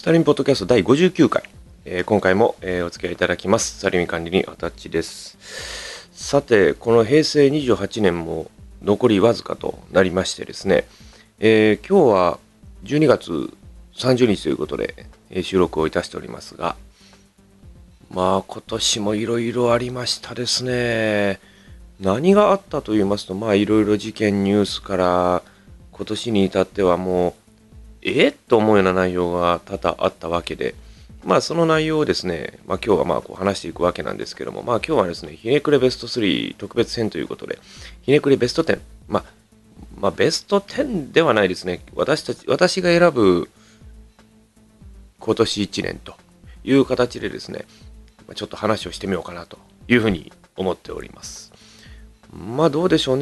サリンポッドキャスト第59回、今回も、お付き合いいただきます。サリン管理人アタッチです。さて、この平成28年も残りわずかとなりましてですね、今日は12月30日ということで、収録をいたしておりますが、今年もいろいろありましたですね。何があったと言いますと、いろいろ事件ニュースから今年に至ってはもうと思うような内容が多々あったわけで、その内容をですね、今日はこう話していくわけなんですけども、今日はですね、ひねくれベスト3特別編ということで、ひねくれベスト10、ベスト10ではないですね、私が選ぶ今年1年という形でですね、ちょっと話をしてみようかなというふうに思っております。どうでしょうね、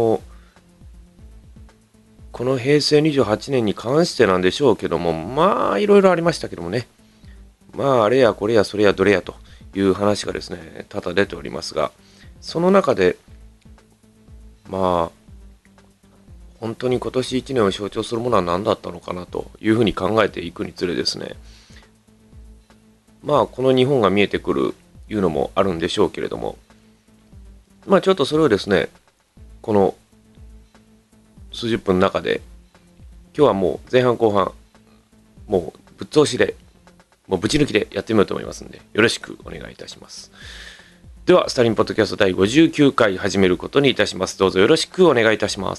この平成28年に関してなんでしょうけども、いろいろありましたけどもね、あれやこれやそれやどれやという話がですね、多々出ておりますが、その中で、本当に今年1年を象徴するものは何だったのかなというふうに考えていくにつれですね、この日本が見えてくるいうのもあるんでしょうけれども、ちょっとそれをですね、この数十分の中で、今日はもう前半後半、もうぶっ通しで、もうぶち抜きでやってみようと思いますので、よろしくお願いいたします。では、スタリンポッドキャスト第59回始めることにいたします。どうぞよろしくお願いいたします。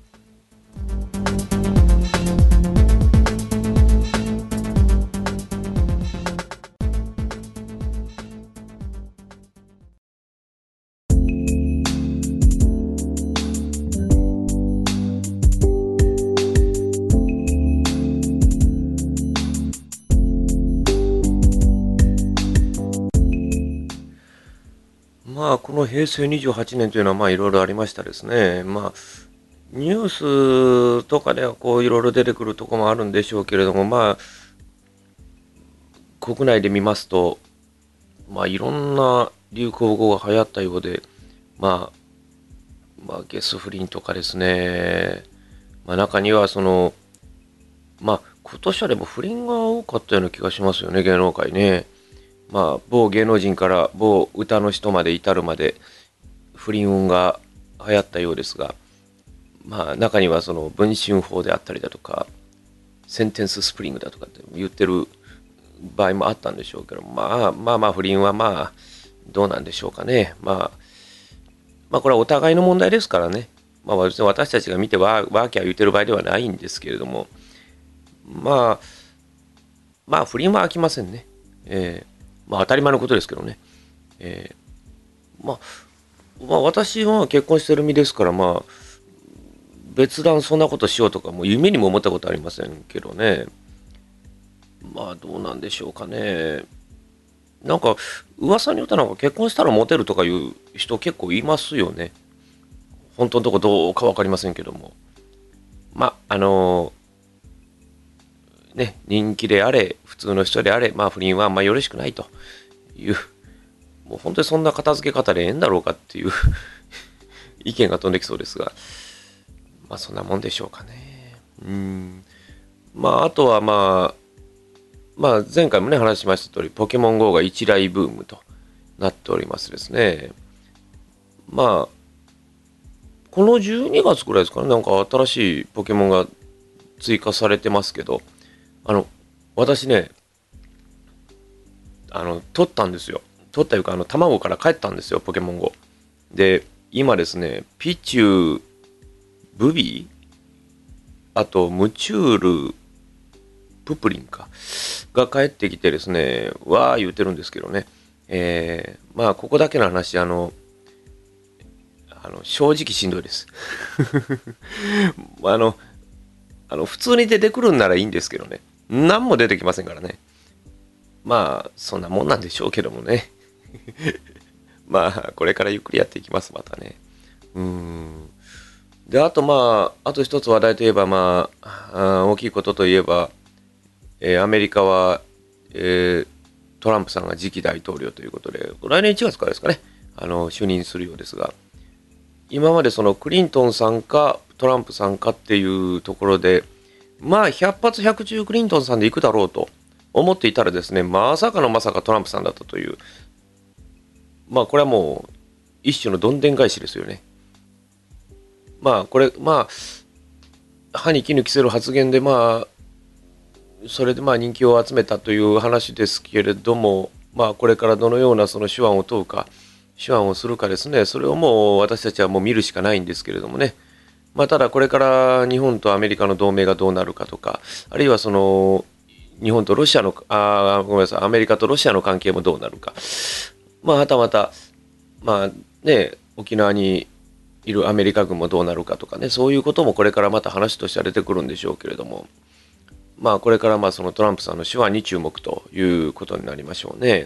この平成28年というのはいろいろありましたですね。ニュースとかではこういろいろ出てくるところもあるんでしょうけれども、国内で見ますと、いろんな流行語が流行ったようで、ゲス不倫とかですね、中には今年はでも不倫が多かったような気がしますよね、芸能界ね。某芸能人から某歌の人まで至るまで不倫運が流行ったようですが、中にはその文春法であったりだとか、センテンススプリングだとかって言ってる場合もあったんでしょうけど、不倫はどうなんでしょうかね。これはお互いの問題ですからね。別に私たちが見てワーキャー言ってる場合ではないんですけれども、不倫は飽きませんね。当たり前のことですけどね。私は結婚してる身ですから、別段そんなことしようとかもう夢にも思ったことありませんけどね。どうなんでしょうかね。なんか噂によっては結婚したらモテるとかいう人結構いますよね。本当のとこどうか分かりませんけども、人気であれ普通の人であれ、不倫はあんまよろしくないという、もう本当にそんな片付け方でええんだろうかっていう意見が飛んできそうですが、そんなもんでしょうかね。あとは前回もね話しました通り、ポケモン GO が一大ブームとなっておりますですね。この12月くらいですかね、なんか新しいポケモンが追加されてますけど、私ね、取ったんですよ。取ったいうか、卵から帰ったんですよ、ポケモン GO。で、今ですね、ピチュー、ブビー、あと、ムチュール、ププリンか、が帰ってきてですね、わー言うてるんですけどね。ここだけの話、正直しんどいです。普通に出てくるんならいいんですけどね。何も出てきませんからね。そんなもんなんでしょうけどもね。これからゆっくりやっていきます、またね。で、あとあと一つ話題といえば、大きいことといえば、アメリカは、トランプさんが次期大統領ということで、来年1月からですかね、就任するようですが、今までそのクリントンさんかトランプさんかっていうところで、 まあ100発100中クリントンさんで行くだろうと思っていたらですね、まさかのまさかトランプさんだったという、まあこれはもう一種のどんでん返しですよね。まあこれ、まあ歯に衣着せる発言で、まあそれでまあ人気を集めたという話ですけれども、まあこれからどのようなその手腕を問うか、手腕をするかですね、それをもう私たちはもう見るしかないんですけれどもね。まあただこれから日本とアメリカの同盟がどうなるかとか、あるいはその日本とロシアの、ごめんなさい、アメリカとロシアの関係もどうなるか。まあはたまた、まあね、沖縄にいるアメリカ軍もどうなるかとかね、そういうこともこれからまた話としては出てくるんでしょうけれども、まあこれからまあそのトランプさんの手腕に注目ということになりましょうね。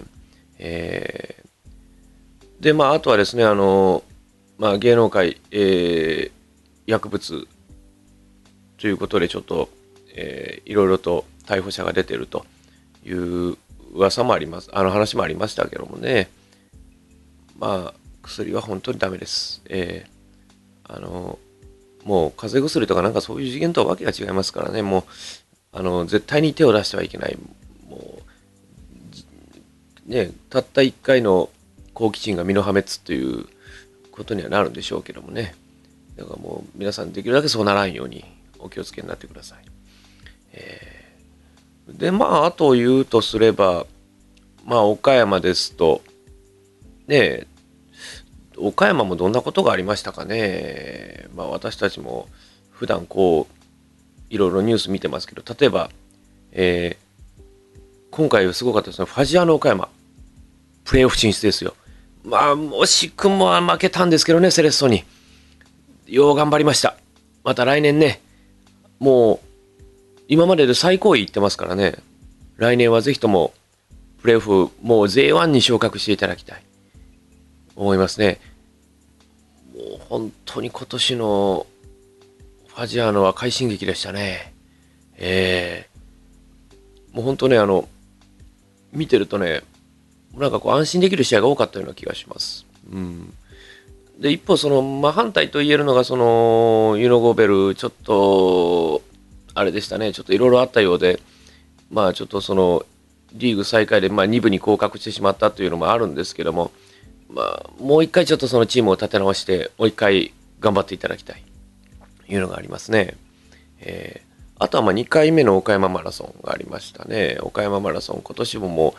でまああとはですね、まあ、芸能界、薬物ということでちょっと、いろいろと逮捕者が出ているという噂もあります、話もありましたけどもね。まあ薬は本当にダメです。もう風邪薬とかなんかそういう次元とはわけが違いますからね。もう絶対に手を出してはいけない。もうね、たった1回の好奇心が身の破滅ということにはなるんでしょうけどもね。だからもう皆さんできるだけそうならんようにお気をつけになってください。でまああと言うとすれば、まあ岡山ですとね、岡山もどんなことがありましたかね。まあ私たちも普段こういろいろニュース見てますけど、例えば、今回すごかったですね、ファジアーノ岡山プレーオフ進出ですよ。まあ惜しくも負けたんですけどね、セレッソによう頑張りました。また来年ね、もう今までで最高位いってますからね、来年はぜひともプレーオフもう J1 に昇格していただきたい思いますね。もう本当に今年のファジアーノは快進撃でしたね。もう本当ね、見てるとね、なんかこう安心できる試合が多かったような気がします。うん。で、一方、その真反対と言えるのが、その、ユノゴーベル、ちょっと、あれでしたね、ちょっといろいろあったようで、まあちょっとその、リーグ最下位で、まあ2部に降格してしまったというのもあるんですけども、まあもう一回ちょっとそのチームを立て直して、もう一回頑張っていただきたいというのがありますね。あとはまあ2回目の岡山マラソンがありましたね。岡山マラソン、今年ももう、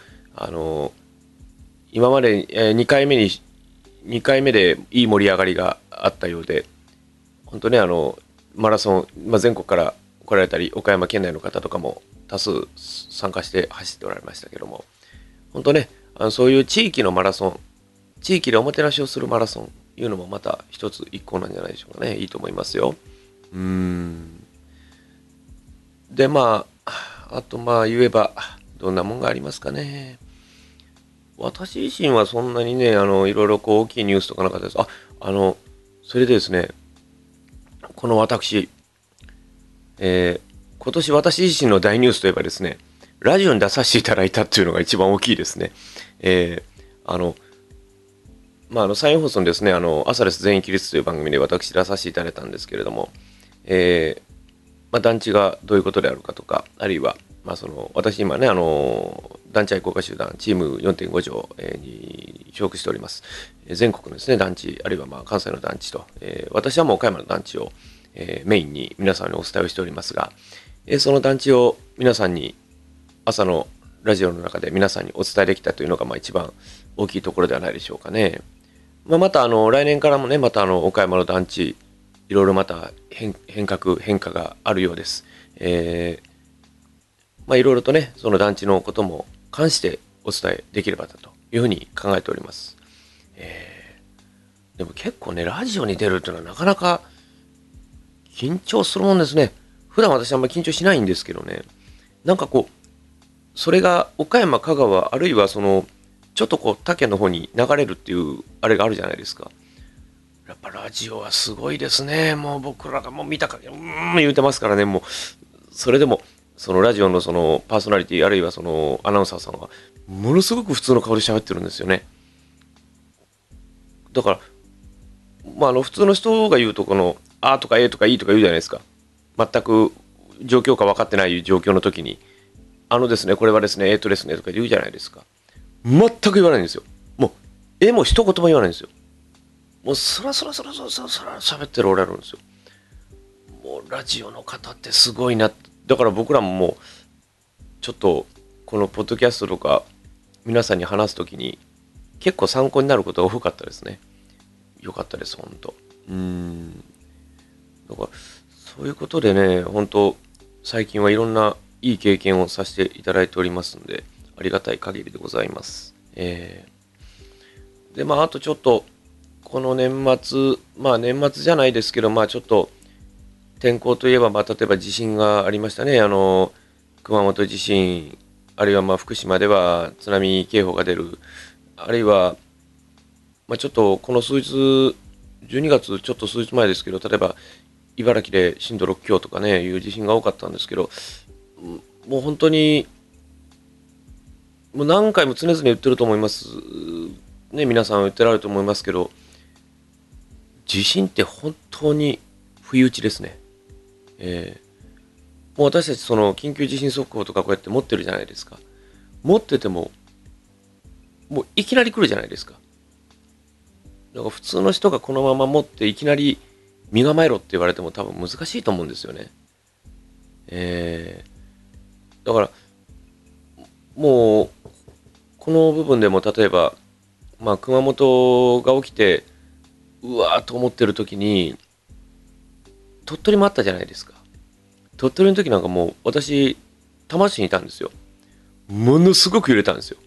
今まで、2回目でいい盛り上がりがあったようで、本当ね、マラソン、まあ、全国から来られたり、岡山県内の方とかも多数参加して走っておられましたけども、本当ね、そういう地域のマラソン、地域でおもてなしをするマラソンいうのもまた一つ一個なんじゃないでしょうかね。いいと思いますよ。で、まあ、あとまあ言えば、どんなもんがありますかね。私自身はそんなにね、いろいろこう大きいニュースとかなかったです。それでですね、この私、今年私自身の大ニュースといえばですね、ラジオに出させていただいたっていうのが一番大きいですね。まあ、再放送のですね、朝です全員起立という番組で私出させていただいたんですけれども、まあ、団地がどういうことであるかとか、あるいは、まあ、その私今ね、団地愛好家集団チーム4.5条に所属しております。全国のですね、団地、あるいはまあ関西の団地と、私はもう岡山の団地を、メインに皆さんにお伝えをしておりますが、その団地を皆さんに朝のラジオの中で皆さんにお伝えできたというのがまあ一番大きいところではないでしょうかね。まあ、また来年からもね、また岡山の団地、いろいろまた変化があるようです。まあいろいろとね、その団地のことも関してお伝えできればというふうに考えております。でも結構ね、ラジオに出るというのはなかなか緊張するもんですね。普段私あんまり緊張しないんですけどね、なんかこう、それが岡山、香川、あるいはその、ちょっとこう他県の方に流れるっていうあれがあるじゃないですか。やっぱラジオはすごいですね。もう僕らがもう見たか言うてますからね。もうそれでもそのラジオのそのパーソナリティあるいはそのアナウンサーさんはものすごく普通の顔で喋ってるんですよね。だからまあ普通の人が言うとこのあとかえとかいとか言うじゃないですか。全く状況か分かってない状況の時に、ですね、これはですね、ですね、とか言うじゃないですか。全く言わないんですよ。もう、も一言も言わないんですよ。もう、そら喋ってるおられるんですよ。もう、ラジオの方ってすごいな。だから僕らももう、ちょっと、このポッドキャストとか、皆さんに話すときに、結構参考になることが多かったですね。よかったです、本当。だから、そういうことでね、本当最近はいろんないい経験をさせていただいておりますので、ありがたい限りでございます。で、あとちょっと、この年末、年末じゃないですけど、ちょっと、天候といえば、例えば地震がありましたね。熊本地震、あるいは福島では津波警報が出る、あるいは、ちょっとこの数日、12月ちょっと数日前ですけど、例えば茨城で震度6強とかね、いう地震が多かったんですけど、もう本当に、もう何回も常々言ってると思います。ね、皆さん言ってられると思いますけど、地震って本当に不意打ちですね。もう私たちその緊急地震速報とかこうやって持ってるじゃないですか。持ってても、もういきなり来るじゃないですか。だから普通の人がこのまま持っていきなり身構えろって言われても多分難しいと思うんですよね。だからもうこの部分でも例えば、熊本が起きてうわーと思ってる時に鳥取もあったじゃないですか。鳥取の時なんかもう私多摩市にいたんですよ。ものすごく揺れたんですよ。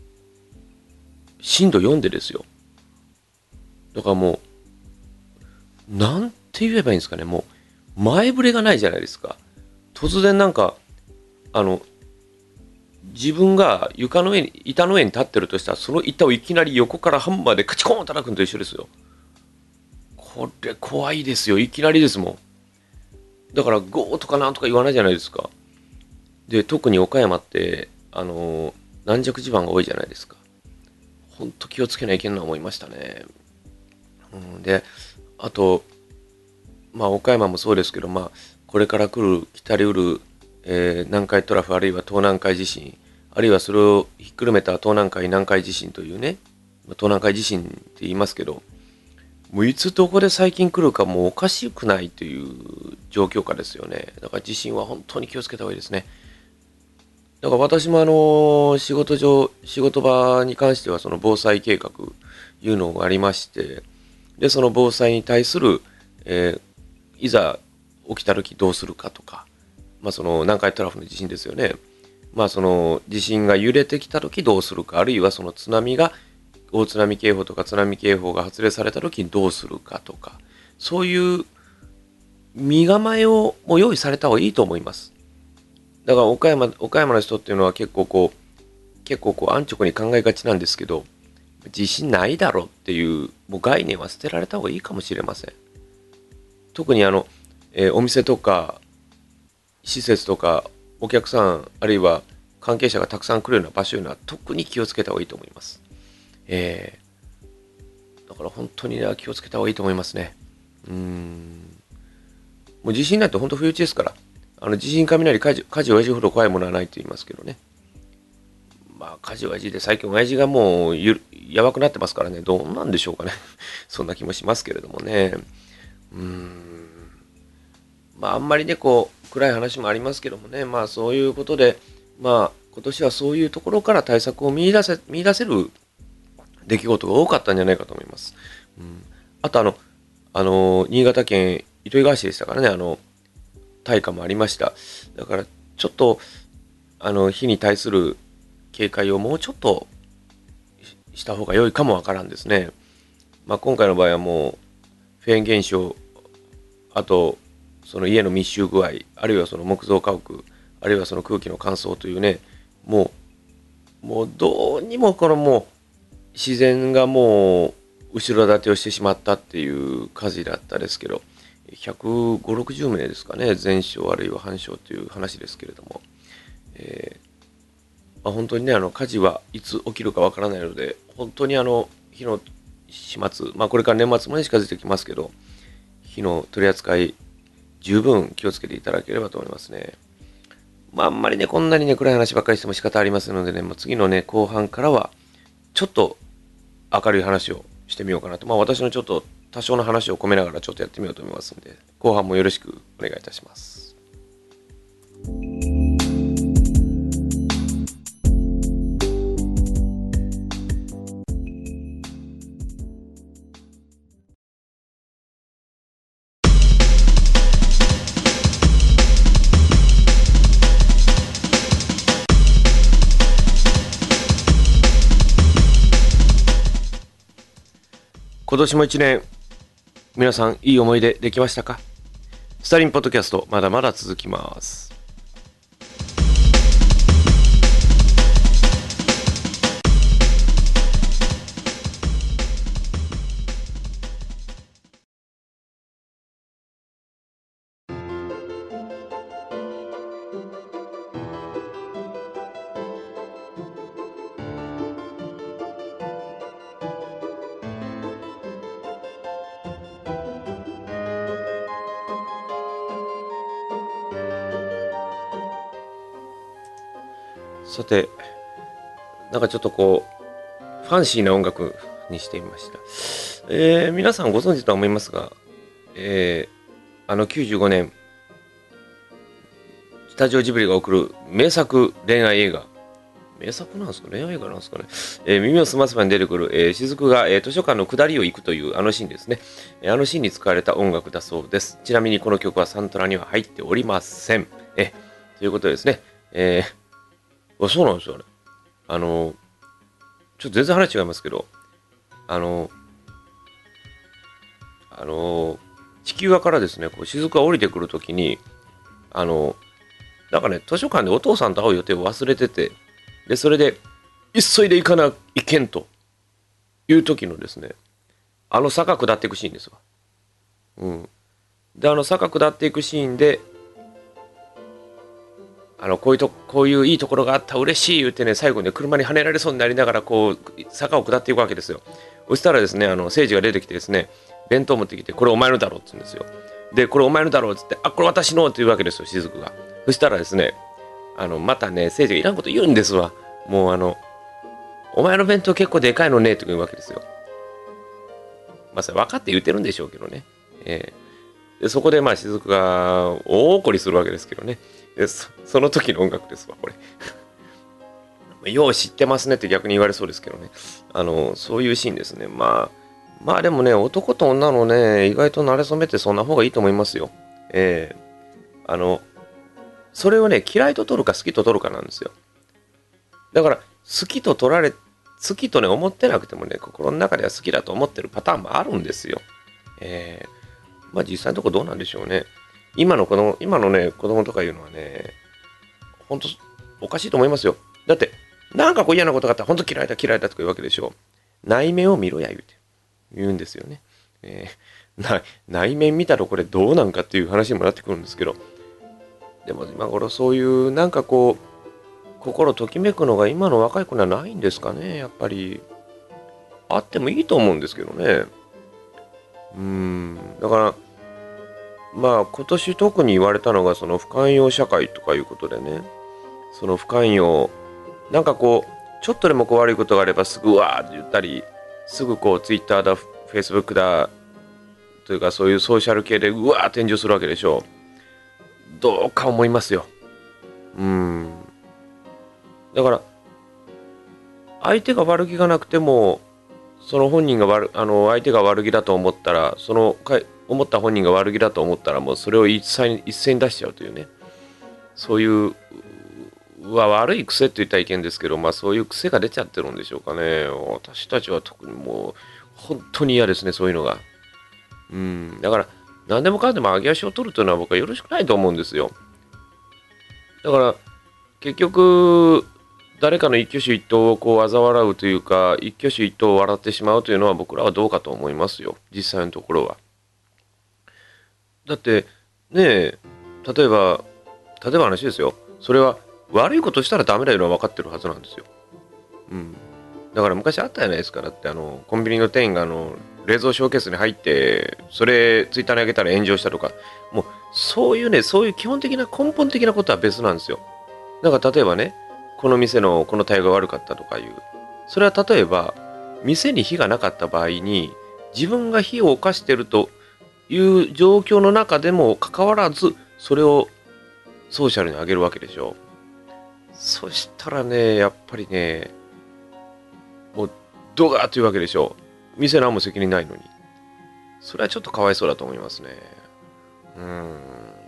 震度4でですよ。だからもうなんて言えばいいんですかね。もう前触れがないじゃないですか。突然なんかあの自分が床の上に板の上に立ってるとしたらその板をいきなり横からハンマーでカチコーン叩くのと一緒ですよ。これ怖いですよ。いきなりですもん。だからゴーとかなんとか言わないじゃないですか。で特に岡山って軟弱地盤が多いじゃないですか。ほんと気をつけないといけんな思いましたね。であと岡山もそうですけどこれから来る来たりうる、南海トラフあるいは東南海地震あるいはそれをひっくるめた東南海南海地震というね東南海地震って言いますけどもういつどこで最近来るかもうおかしくないという状況下ですよね。だから地震は本当に気をつけた方がいいですね。だから私も仕事場に関してはその防災計画いうのがありまして、で、その防災に対する、いざ起きた時どうするかとか、その南海トラフの地震ですよね。その地震が揺れてきた時どうするか、あるいはその津波が、大津波警報とか津波警報が発令された時にどうするかとか、そういう身構えをもう用意された方がいいと思います。だから岡山の人っていうのは結構安直に考えがちなんですけど、自信ないだろうっていうもう概念は捨てられた方がいいかもしれません。特にお店とか施設とかお客さんあるいは関係者がたくさん来るような場所には特に気をつけた方がいいと思います。だから本当に、ね、気をつけた方がいいと思いますね。もう地震なんて本当不意打ちですから。地震雷火事親父ほど怖いものはないと言いますけどね。火事親父で最近親父がもうやばくなってますからね。どうなんでしょうかね。そんな気もしますけれどもね。あんまりね、暗い話もありますけどもね。そういうことで、今年はそういうところから対策を見出せる出来事が多かったんじゃないかと思います。あと新潟県糸魚川市でしたからね。大火もありました。だから、ちょっと、火に対する警戒をもうちょっとした方が良いかもわからんですね。今回の場合はもう、フェーン現象、あと、その家の密集具合、あるいはその木造家屋、あるいはその空気の乾燥というね、もうどうにももう、自然がもう、後ろ盾をしてしまったっていう火事だったですけど、150、60名ですかね、全焼あるいは半焼という話ですけれども、本当にね、火事はいつ起きるかわからないので、本当に火の始末、これから年末まで近づいてきますけど、火の取り扱い十分気をつけていただければと思いますね。あんまりね、こんなにね、暗い話ばっかりしても仕方ありませんのでね、次のね、後半からは、ちょっと明るい話をしてみようかなと。私のちょっと多少の話を込めながらちょっとやってみようと思いますので、後半もよろしくお願いいたします。今年も一年、皆さんいい思い出できましたか？スタリンポッドキャスト、まだまだ続きます。さて、なんかちょっとこう、ファンシーな音楽にしてみました。皆さんご存知とは思いますが、95年、スタジオジブリが送る名作恋愛映画、名作なんですか、恋愛映画なんですかね。耳をすませばに出てくる、雫が、図書館の下りを行くというあのシーンですね。あのシーンに使われた音楽だそうです。ちなみにこの曲はサントラには入っておりません。ということでですね。そうなんですよね。ちょっと全然話違いますけど、地球側からですね、こう雫が降りてくるときに、なんかね、図書館でお父さんと会う予定を忘れてて、で、それで、急いで行かないけんという時のですね、坂下っていくシーンですわ。うん。で、坂下っていくシーンで、こういういいところがあった嬉しい言ってね、最後ね、車にはねられそうになりながら、こう、坂を下っていくわけですよ。そしたらですね、聖司が出てきてですね、弁当を持ってきて、これお前のだろうって言うんですよ。で、これお前のだろうって言って、あ、これ私のって言うわけですよ、雫が。そしたらですね、またね、聖司がいらんこと言うんですわ。もうお前の弁当結構でかいのねって言うわけですよ。それ分かって言ってるんでしょうけどね。でそこで雫が大怒りするわけですけどね。でその時の音楽ですわ、これ。よう知ってますねって逆に言われそうですけどね。そういうシーンですね。でもね、男と女のね、意外と馴れ初めってそんな方がいいと思いますよ。それをね、嫌いと取るか好きと取るかなんですよ。だから、好きとね、思ってなくてもね、心の中では好きだと思ってるパターンもあるんですよ。実際のところどうなんでしょうね。今のね、子供とかいうのはね、本当おかしいと思いますよ。だって、なんかこう嫌なことがあったら、本当嫌いだとか言うわけでしょ。内面を見ろや言うんですよね。内面見たらこれどうなんかっていう話にもなってくるんですけど、でも今頃そういうなんかこう、心ときめくのが今の若い子にはないんですかね、やっぱり。あってもいいと思うんですけどね。だから、今年特に言われたのがその不寛容社会とかいうことでね、その不寛容、なんかこうちょっとでもこう悪いことがあればすぐうわーって言ったり、すぐこうツイッターだフェイスブックだというかそういうソーシャル系でうわーって炎上するわけでしょう。どうか思いますよ。だから相手が悪気がなくても、その本人が相手が悪気だと思ったら、思った本人が悪気だと思ったら、もうそれを一斉に出しちゃうというね、そういう悪い癖といった意見ですけど、そういう癖が出ちゃってるんでしょうかね。私たちは特にもう本当に嫌ですね、そういうのが。だから何でもかんでも上げ足を取るというのは僕はよろしくないと思うんですよ。だから結局誰かの一挙手一投をこう嘲笑うというか、一挙手一投を笑ってしまうというのは僕らはどうかと思いますよ、実際のところは。だってねえ、例えば話ですよ、それは悪いことしたらダメだよのは分かってるはずなんですよ。だから昔あったじゃないですか。だってコンビニの店員が冷蔵ショーケースに入って、それツイッターに上げたら炎上したとか、もうそういう基本的な根本的なことは別なんですよ。だから例えばね、この店のこの対応が悪かったとかいう。それは例えば、店に非がなかった場合に、自分が非を犯しているという状況の中でもかかわらず、それをソーシャルに上げるわけでしょ。そしたらね、やっぱりね、もうドガーというわけでしょ。店何も責任ないのに。それはちょっとかわいそうだと思いますね。うーん。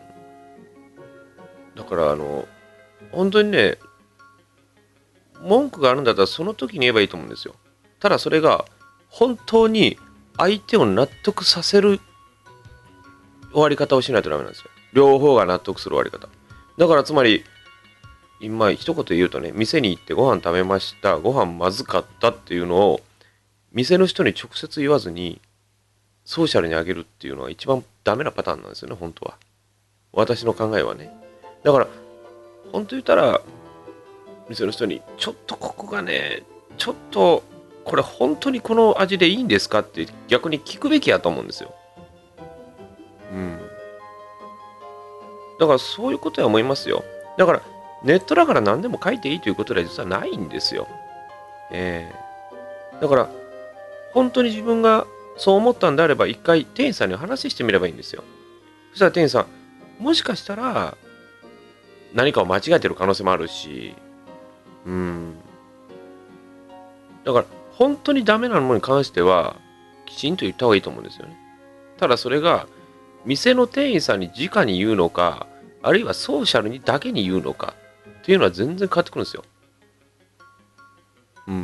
だから本当にね、文句があるんだったらその時に言えばいいと思うんですよ。ただそれが本当に相手を納得させる終わり方をしないとダメなんですよ。両方が納得する終わり方。だからつまり、今一言言うとね、店に行ってご飯食べました、ご飯まずかったっていうのを店の人に直接言わずにソーシャルにあげるっていうのは一番ダメなパターンなんですよね、本当は。私の考えはね。だから、本当言ったら、店の人に、ちょっとここがね、ちょっと、これ本当にこの味でいいんですかって逆に聞くべきやと思うんですよ。うん。だからそういうことは思いますよ。だから、ネットだから何でも書いていいということでは実はないんですよ。だから、本当に自分がそう思ったんであれば、一回店員さんに話してみればいいんですよ。そしたら店員さん、もしかしたら何かを間違えてる可能性もあるし、うん。だから、本当にダメなものに関しては、きちんと言った方がいいと思うんですよね。ただそれが、店の店員さんに直に言うのか、あるいはソーシャルにだけに言うのか、っていうのは全然変わってくるんですよ。うん。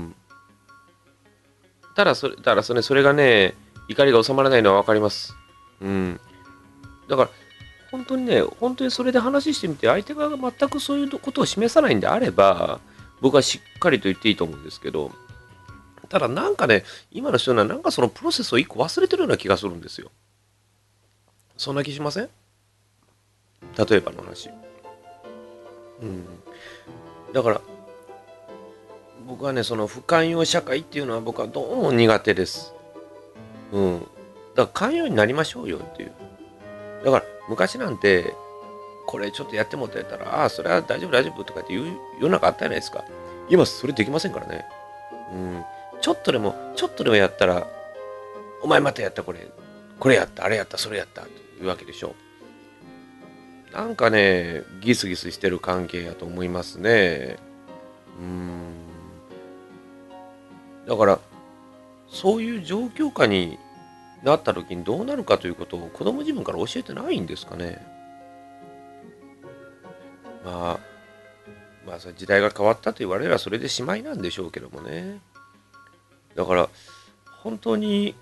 ただそれがね、怒りが収まらないのはわかります。うん。だから、本当にね、本当にそれで話してみて、相手側が全くそういうことを示さないんであれば、僕はしっかりと言っていいと思うんですけど、ただなんかね、今の人はなんかそのプロセスを一個忘れてるような気がするんですよ。そんな気しません？例えばの話。うん。だから、僕はね、その不寛容社会っていうのは僕はどうも苦手です。うん。だから寛容になりましょうよっていう。だから昔なんて、これちょっとやってもってやったら、ああ、それは大丈夫大丈夫とかっていう世の中あったじゃないですか。今それできませんからね。うん。ちょっとでもやったら、お前またやったこれ、これやった、あれやった、それやったというわけでしょ。なんかね、ギスギスしてる関係やと思いますね。うーん。だから、そういう状況下になった時にどうなるかということを子供自分から教えてないんですかね。まあ、まあ、時代が変わったと言われればそれでしまいなんでしょうけどもね。だから、本当に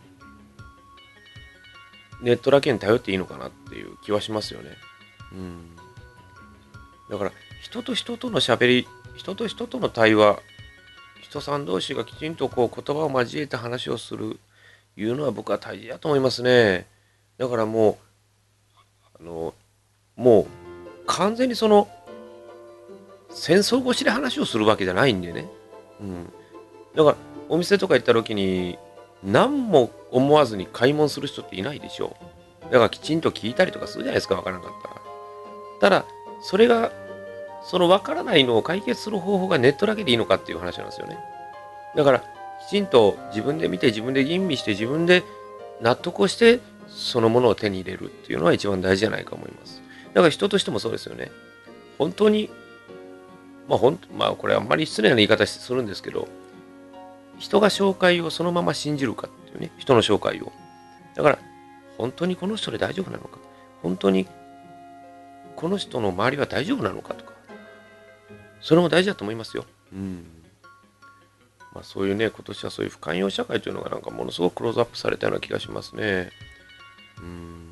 ネットだけに頼っていいのかなっていう気はしますよね。うん。だから、人と人との喋り、人と人との対話、人さん同士がきちんとこう言葉を交えて話をするいうのは僕は大事だと思いますね。だからもう、もう完全にその戦争越しで話をするわけじゃないんでね。うん。だからお店とか行った時に何も思わずに買い物する人っていないでしょう。だからきちんと聞いたりとかするじゃないですか、わからなかったら。ただ、それが、そのわからないのを解決する方法がネットだけでいいのかっていう話なんですよね。だから、きちんと自分で見て、自分で吟味して、自分で納得をして、そのものを手に入れるっていうのは一番大事じゃないかと思います。だから人としてもそうですよね。本当に、まあこれあんまり失礼な言い方するんですけど、人が紹介をそのまま信じるかっていうね、人の紹介を。だから、本当にこの人で大丈夫なのか、本当にこの人の周りは大丈夫なのかとか、それも大事だと思いますよ。うん。まあそういうね、今年はそういう不寛容社会というのがなんかものすごくクローズアップされたような気がしますね。うん。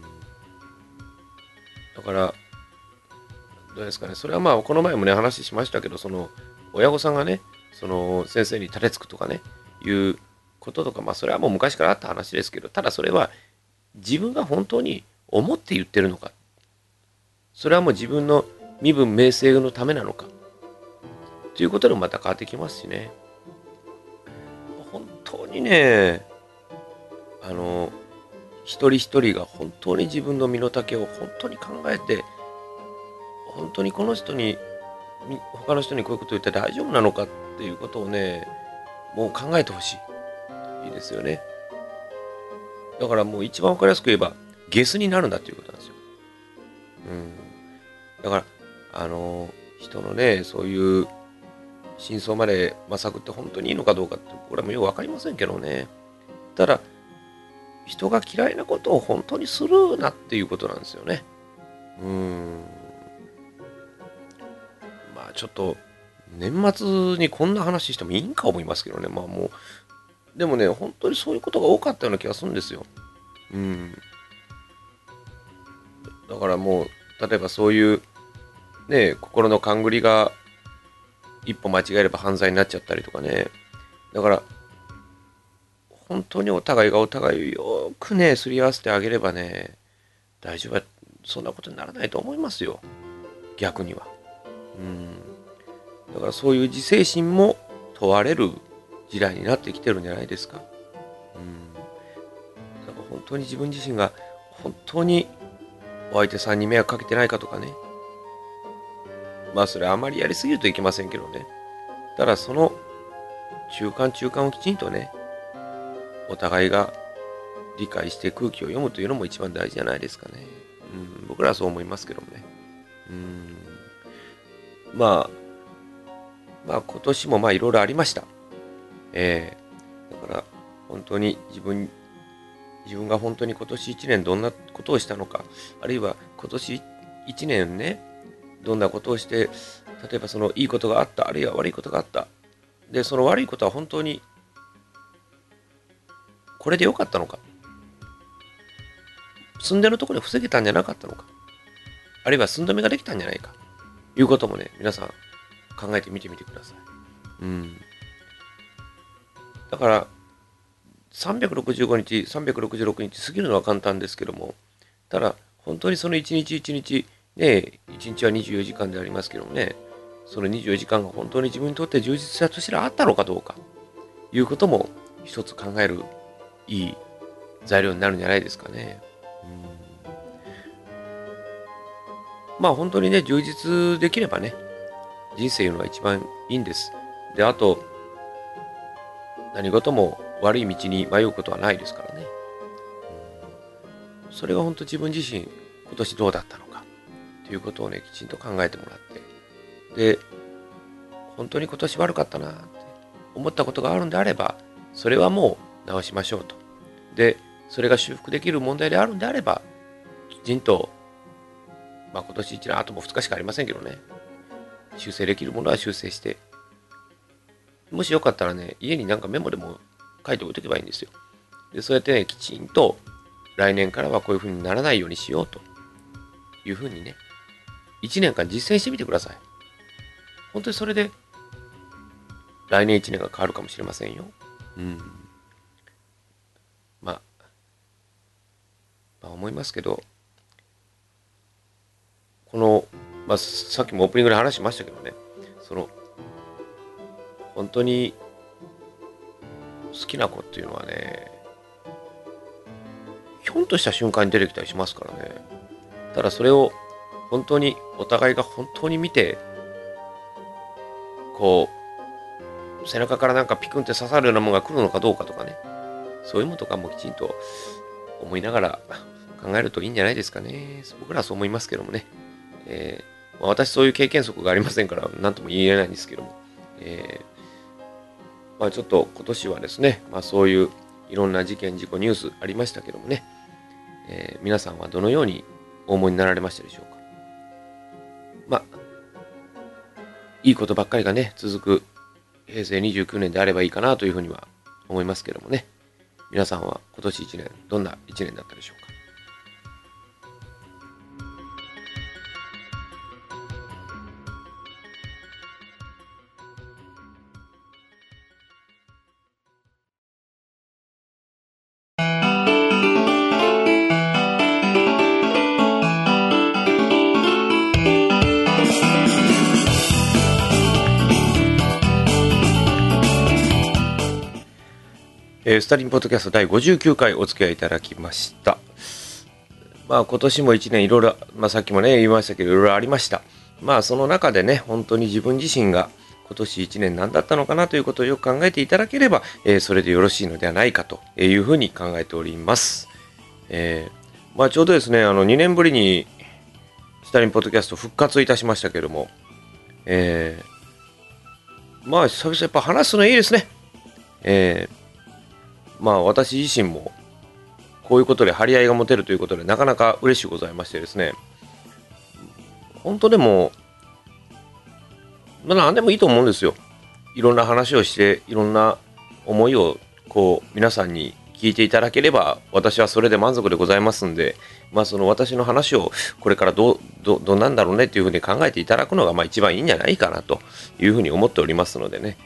だから、どうですかね。それはまあ、この前もね、話しましたけど、その、親御さんがね、その、先生に立てつくとかね、いうこととか、まあ、それはもう昔からあった話ですけど、ただそれは、自分が本当に思って言ってるのか、それはもう自分の身分名声のためなのか、ということでもまた変わってきますしね。本当にね、あの、 一人一人が本当に自分の身の丈を本当に考えて、本当にこの人に他の人にこういうこと言って大丈夫なのかっていうことをね、もう考えてほしい。いいですよね。だからもう一番わかりやすく言えば、ゲスになるんだっていうことなんですよ。だから、人のね、そういう真相まで探って本当にいいのかどうかって、これはもうよくわかりませんけどね。ただ、人が嫌いなことを本当にするなっていうことなんですよね。ちょっと、年末にこんな話してもいいんか思いますけどね。もう、でもね、本当にそういうことが多かったような気がするんですよ。だからもう、例えばそういうね、心の勘繰りが一歩間違えれば犯罪になっちゃったりとかね。だから、本当にお互いがお互いをよくね、すり合わせてあげればね、大丈夫、そんなことにならないと思いますよ。逆には。だからそういう自制心も問われる時代になってきてるんじゃないですか。だから本当に自分自身が本当にお相手さんに迷惑かけてないかとかね。それあまりやりすぎるといけませんけどね。ただその中間をきちんとね、お互いが理解して空気を読むというのも一番大事じゃないですかね。僕らはそう思いますけどもね。今年もいろいろありました。だから本当に自分が本当に今年1年どんなことをしたのか、あるいは今年1年ね、どんなことをして、例えばそのいいことがあった、あるいは悪いことがあった。で、その悪いことは本当にこれで良かったのか、住んでるところで防げたんじゃなかったのか、あるいは住んどめができたんじゃないか、いうこともね、皆さん考えてみてみてください。だから、365日、366日過ぎるのは簡単ですけども、ただ、本当にその一日一日、ね、一日は24時間でありますけどもね、その24時間が本当に自分にとって充実した年があったのかどうか、いうことも一つ考えるいい材料になるんじゃないですかね。本当にね、充実できればね、人生いうのが一番いいんです。で、あと、何事も悪い道に迷うことはないですからね。それが本当自分自身、今年どうだったのか、ということをね、きちんと考えてもらって、で、本当に今年悪かったなって思ったことがあるんであれば、それはもう直しましょうと。で、それが修復できる問題であるんであれば、きちんと、今年1年、あともう2日しかありませんけどね、修正できるものは修正して、もしよかったらね、家になんかメモでも書いておいておけばいいんですよ。で、そうやってね、きちんと来年からはこういう風にならないようにしようという風にね、1年間実践してみてください。本当にそれで来年1年が変わるかもしれませんよ。思いますけど、この、さっきもオープニングで話しましたけどね、本当に好きな子っていうのはね、ひょんとした瞬間に出てきたりしますからね。ただそれを本当にお互いが本当に見て、背中からなんかピクンって刺さるようなものが来るのかどうかとかね、そういうものとかもきちんと思いながら考えるといいんじゃないですかね。僕らはそう思いますけどもね。私そういう経験則がありませんから何とも言えないんですけども、ちょっと今年はですね、そういういろんな事件事故ニュースありましたけどもね、皆さんはどのようにお思いになられましたでしょうか。いいことばっかりがね続く平成29年であればいいかなというふうには思いますけどもね、皆さんは今年1年どんな1年だったでしょうか。 スタリンポッドキャスト第59回お付き合いいただきました。今年も1年いろいろ、さっきもね言いましたけどいろいろありました。その中でね本当に自分自身が今年1年何だったのかなということをよく考えていただければ、それでよろしいのではないかというふうに考えております。ちょうどですね2年ぶりにスタリンポッドキャスト復活いたしましたけども、久々やっぱ話すのいいですね。私自身もこういうことで張り合いが持てるということでなかなか嬉しいございましてですね、本当でも何でもいいと思うんですよ。いろんな話をしていろんな思いをこう皆さんに聞いていただければ私はそれで満足でございますんで、その私の話をこれからどうなんだろうねというふうに考えていただくのが一番いいんじゃないかなというふうに思っておりますのでね、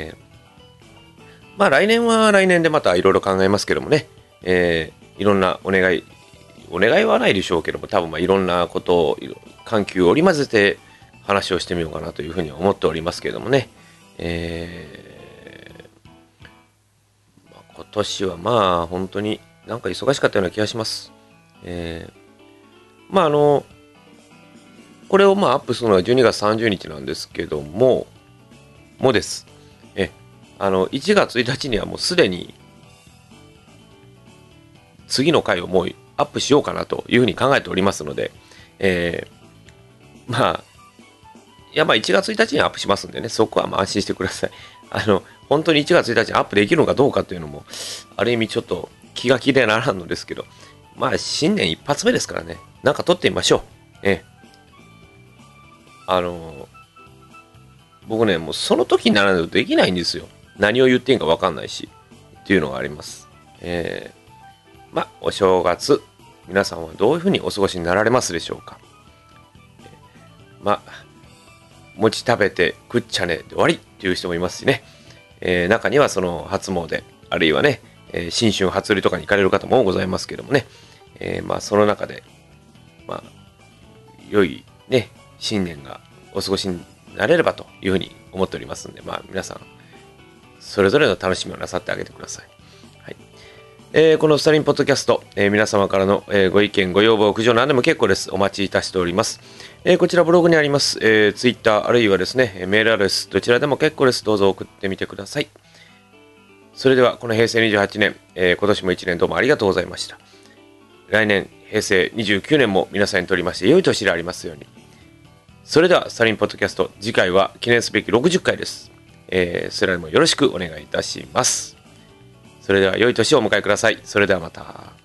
来年は来年でまたいろいろ考えますけどもね、いろんなお願いはないでしょうけども、多分いろんなことを緩急を織り交ぜて話をしてみようかなというふうに思っておりますけどもね、今年は本当になんか忙しかったような気がします。これをアップするのは12月30日なんですけどもです。1月1日にはもうすでに次の回をもうアップしようかなというふうに考えておりますので、1月1日にアップしますんでね、そこは安心してください。本当に1月1日にアップできるのかどうかというのも、ある意味ちょっと気が気でならんのですけど、新年一発目ですからね、なんか撮ってみましょう。僕ね、もうその時にならないとできないんですよ。何を言っていいか分かんないし、っていうのがあります。お正月、皆さんはどういうふうにお過ごしになられますでしょうか。餅食べて食っちゃねで終わりっていう人もいますしね、中にはその初詣あるいはね、新春初売りとかに行かれる方もございますけどもね、その中で良いね新年がお過ごしになれればというふうに思っておりますので、皆さんそれぞれの楽しみをなさってあげてください。このスタリンポッドキャスト、皆様からの、ご意見ご要望苦情何でも結構です。お待ちいたしております。こちらブログにあります、ツイッターあるいはですねメールアドレスどちらでも結構です。どうぞ送ってみてください。それではこの平成28年、今年も1年どうもありがとうございました。来年平成29年も皆さんにとりまして良い年でありますように。それではスタリンポッドキャスト次回は記念すべき60回です。それらもよろしくお願いいたします。それでは良い年をお迎えください。それではまた。